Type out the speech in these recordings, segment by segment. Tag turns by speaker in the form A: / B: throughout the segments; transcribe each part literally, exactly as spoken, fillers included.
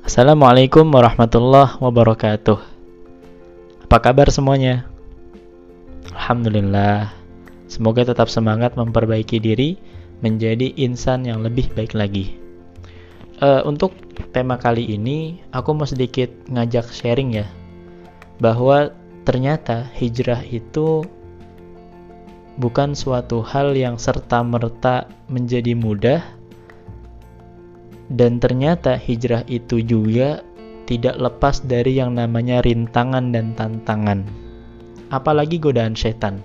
A: Assalamualaikum warahmatullahi wabarakatuh. Apa kabar semuanya? Alhamdulillah. Semoga tetap semangat memperbaiki diri menjadi insan yang lebih baik lagi. Uh, untuk tema kali ini, aku mau sedikit ngajak sharing ya, bahwa ternyata hijrah itu bukan suatu hal yang serta-merta menjadi mudah. Dan ternyata hijrah itu juga tidak lepas dari yang namanya rintangan dan tantangan, apalagi godaan setan.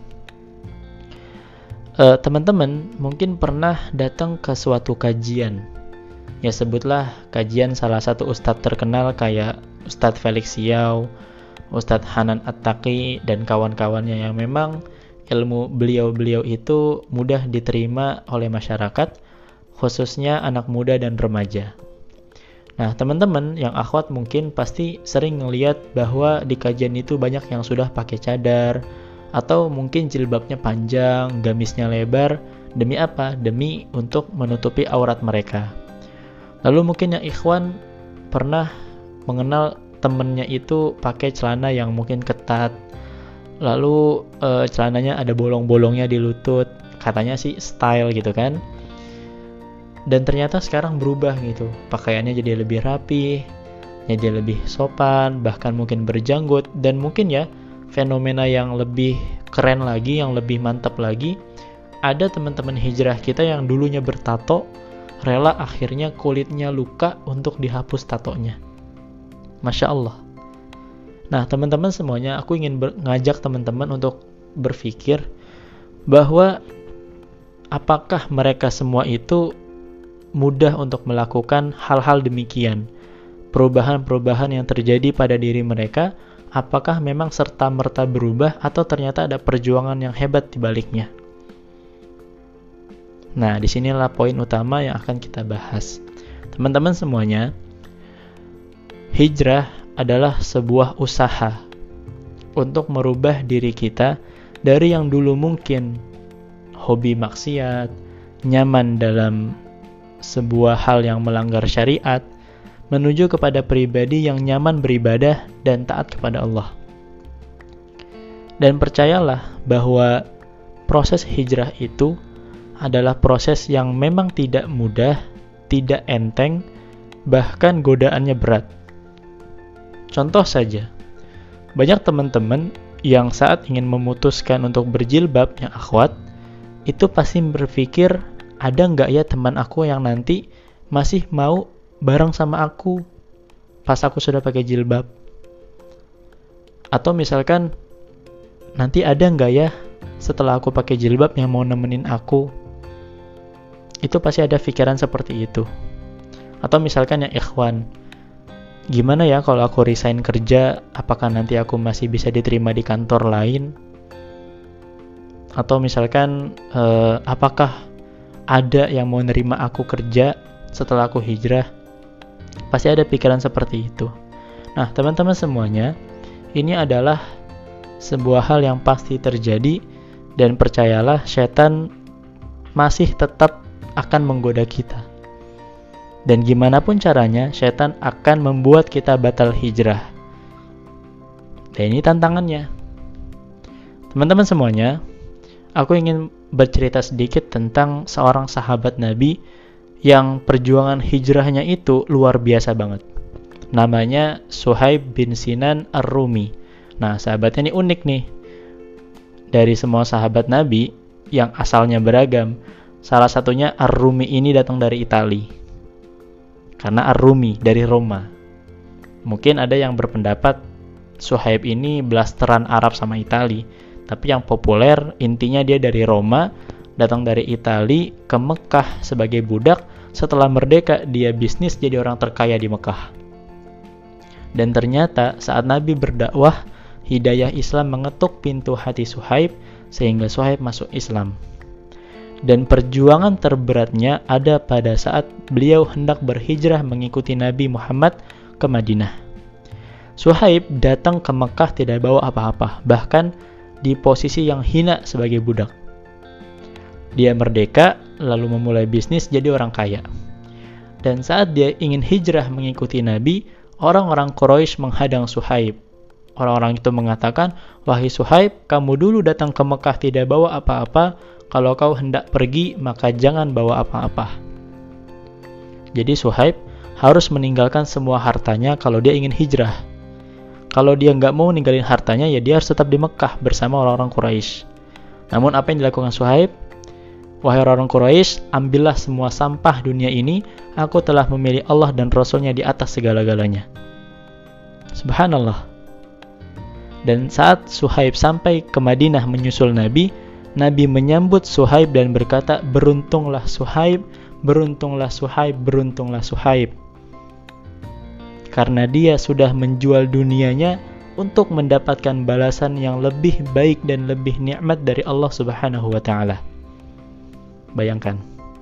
A: E, teman-teman mungkin pernah datang ke suatu kajian, ya sebutlah kajian salah satu ustadz terkenal kayak Ustadz Felix Siau, Ustadz Hanan At-Taqi, dan kawan-kawannya yang memang ilmu beliau-beliau itu mudah diterima oleh masyarakat, khususnya anak muda dan remaja. Nah, teman-teman yang akhwat mungkin pasti sering ngelihat bahwa di kajian itu banyak yang sudah pakai cadar, atau mungkin jilbabnya panjang, gamisnya lebar. Demi apa? Demi untuk menutupi aurat mereka. Lalu mungkin yang ikhwan pernah mengenal temennya itu pakai celana yang mungkin ketat, lalu e, celananya ada bolong-bolongnya di lutut, katanya sih style gitu kan. Dan ternyata sekarang berubah gitu, pakaiannya jadi lebih rapi, jadi lebih sopan, bahkan mungkin berjanggut. Dan mungkin ya fenomena yang lebih keren lagi, yang lebih mantap lagi, ada teman-teman hijrah kita yang dulunya bertato, rela akhirnya kulitnya luka untuk dihapus tatonya. Masya Allah. Nah, teman-teman semuanya, aku ingin ber- ngajak teman-teman untuk berpikir bahwa apakah mereka semua itu mudah untuk melakukan hal-hal demikian. Perubahan-perubahan yang terjadi pada diri mereka, apakah memang serta-merta berubah atau ternyata ada perjuangan yang hebat di baliknya? Nah, disinilah poin utama yang akan kita bahas. Teman-teman semuanya, hijrah adalah sebuah usaha untuk merubah diri kita dari yang dulu mungkin hobi maksiat, nyaman dalam sebuah hal yang melanggar syariat, menuju kepada pribadi yang nyaman beribadah dan taat kepada Allah. Dan percayalah bahwa proses hijrah itu adalah proses yang memang tidak mudah, tidak enteng, bahkan godaannya berat. Contoh saja, banyak teman-teman yang saat ingin memutuskan untuk berjilbab yang akhwat, itu pasti berpikir, ada nggak ya teman aku yang nanti masih mau bareng sama aku pas aku sudah pakai jilbab? Atau misalkan, nanti ada nggak ya setelah aku pakai jilbab yang mau nemenin aku? Itu pasti ada pikiran seperti itu. Atau misalkan yang ikhwan, gimana ya kalau aku resign kerja, apakah nanti aku masih bisa diterima di kantor lain? Atau misalkan, eh, apakah ada yang mau nerima aku kerja setelah aku hijrah? Pasti ada pikiran seperti itu. Nah, teman-teman semuanya, ini adalah sebuah hal yang pasti terjadi, dan percayalah, setan masih tetap akan menggoda kita. Dan gimana pun caranya, setan akan membuat kita batal hijrah. Dan ini tantangannya. Teman-teman semuanya, aku ingin bercerita sedikit tentang seorang sahabat Nabi yang perjuangan hijrahnya itu luar biasa banget. Namanya Suhaib bin Sinan Ar-Rumi. Nah, sahabatnya ini unik nih. Dari semua sahabat Nabi yang asalnya beragam, salah satunya Ar-Rumi ini datang dari Itali. Karena Ar-Rumi dari Roma. Mungkin ada yang berpendapat Suhaib ini blasteran Arab sama Itali. Tapi yang populer, intinya dia dari Roma, datang dari Itali ke Mekah sebagai budak. Setelah merdeka, dia bisnis jadi orang terkaya di Mekah. Dan ternyata saat Nabi berdakwah, hidayah Islam mengetuk pintu hati Suhaib, sehingga Suhaib masuk Islam. Dan perjuangan terberatnya ada pada saat beliau hendak berhijrah mengikuti Nabi Muhammad ke Madinah. Suhaib datang ke Mekah tidak bawa apa-apa, bahkan di posisi yang hina sebagai budak. Dia merdeka, lalu memulai bisnis jadi orang kaya. Dan saat dia ingin hijrah mengikuti Nabi, orang-orang Quraisy menghadang Suhaib. Orang-orang itu mengatakan, "Wahai Suhaib, kamu dulu datang ke Mekah tidak bawa apa-apa. Kalau kau hendak pergi, maka jangan bawa apa-apa." Jadi Suhaib harus meninggalkan semua hartanya kalau dia ingin hijrah. Kalau dia nggak mau ninggalin hartanya, ya dia harus tetap di Mekah bersama orang-orang Quraisy. Namun apa yang dilakukan Suhaib? "Wahai orang-orang Quraisy, ambillah semua sampah dunia ini. Aku telah memilih Allah dan Rasulnya di atas segala-galanya." Subhanallah. Dan saat Suhaib sampai ke Madinah menyusul Nabi, Nabi menyambut Suhaib dan berkata, "Beruntunglah Suhaib, beruntunglah Suhaib, beruntunglah Suhaib." Karena dia sudah menjual dunianya untuk mendapatkan balasan yang lebih baik dan lebih nikmat dari Allah Subhanahu wa taala. Bayangkan.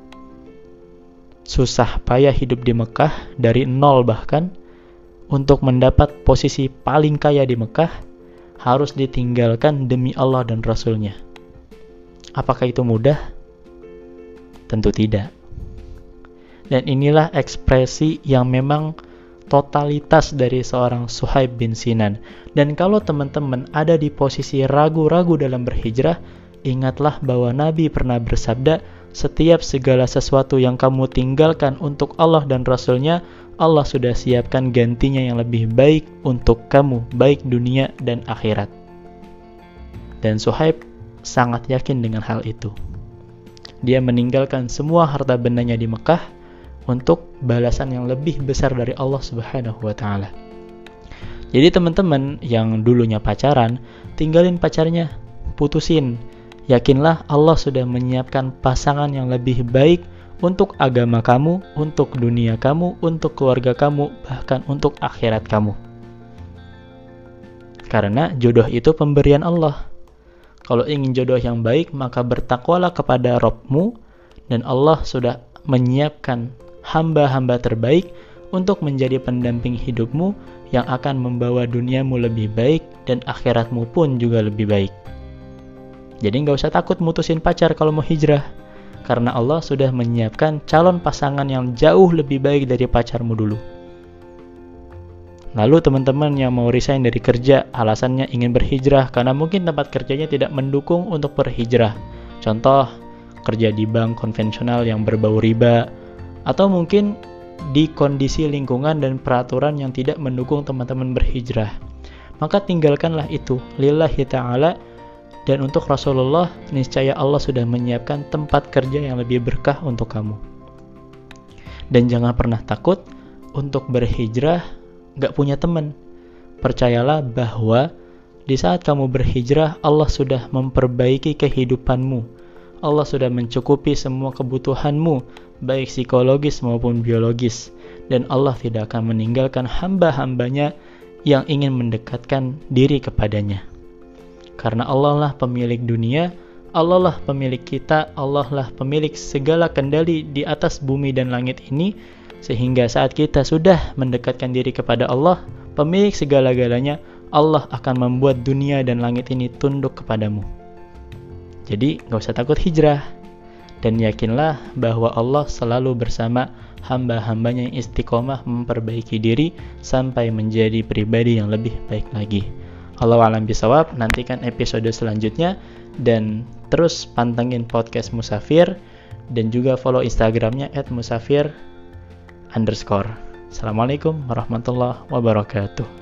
A: Susah payah hidup di Mekah dari nol bahkan untuk mendapat posisi paling kaya di Mekah harus ditinggalkan demi Allah dan Rasulnya. Apakah itu mudah? Tentu tidak. Dan inilah ekspresi yang memang totalitas dari seorang Suhaib bin Sinan. Dan kalau teman-teman ada di posisi ragu-ragu dalam berhijrah, ingatlah bahwa Nabi pernah bersabda, setiap segala sesuatu yang kamu tinggalkan untuk Allah dan Rasulnya, Allah sudah siapkan gantinya yang lebih baik untuk kamu, baik dunia dan akhirat. Dan Suhaib sangat yakin dengan hal itu. Dia meninggalkan semua harta bendanya di Mekah untuk balasan yang lebih besar dari Allah Subhanahu wa taala. Jadi teman-teman yang dulunya pacaran, tinggalin pacarnya, putusin. Yakinlah Allah sudah menyiapkan pasangan yang lebih baik untuk agama kamu, untuk dunia kamu, untuk keluarga kamu, bahkan untuk akhirat kamu. Karena jodoh itu pemberian Allah. Kalau ingin jodoh yang baik, maka bertakwalah kepada Rabb-mu, dan Allah sudah menyiapkan hamba-hamba terbaik untuk menjadi pendamping hidupmu yang akan membawa duniamu lebih baik dan akhiratmu pun juga lebih baik. Jadi nggak usah takut mutusin pacar kalau mau hijrah, karena Allah sudah menyiapkan calon pasangan yang jauh lebih baik dari pacarmu dulu. Lalu teman-teman yang mau resign dari kerja, alasannya ingin berhijrah karena mungkin tempat kerjanya tidak mendukung untuk berhijrah. Contoh, kerja di bank konvensional yang berbau riba, atau mungkin di kondisi lingkungan dan peraturan yang tidak mendukung teman-teman berhijrah. Maka tinggalkanlah itu, lillahi ta'ala, dan untuk Rasulullah, niscaya Allah sudah menyiapkan tempat kerja yang lebih berkah untuk kamu. Dan jangan pernah takut untuk berhijrah gak punya teman. Percayalah bahwa di saat kamu berhijrah, Allah sudah memperbaiki kehidupanmu. Allah sudah mencukupi semua kebutuhanmu, baik psikologis maupun biologis. Dan Allah tidak akan meninggalkan hamba-hambanya yang ingin mendekatkan diri kepadanya. Karena Allah lah pemilik dunia, Allah lah pemilik kita, Allah lah pemilik segala kendali di atas bumi dan langit ini. Sehingga saat kita sudah mendekatkan diri kepada Allah, pemilik segala-galanya, Allah akan membuat dunia dan langit ini tunduk kepadamu. Jadi gak usah takut hijrah. Dan yakinlah bahwa Allah selalu bersama hamba-hambanya yang istiqomah memperbaiki diri sampai menjadi pribadi yang lebih baik lagi. Allahu a'lam bishawab. Nantikan episode selanjutnya dan terus pantengin podcast Musafir dan juga follow Instagramnya at musafir underscore. Assalamualaikum warahmatullahi wabarakatuh.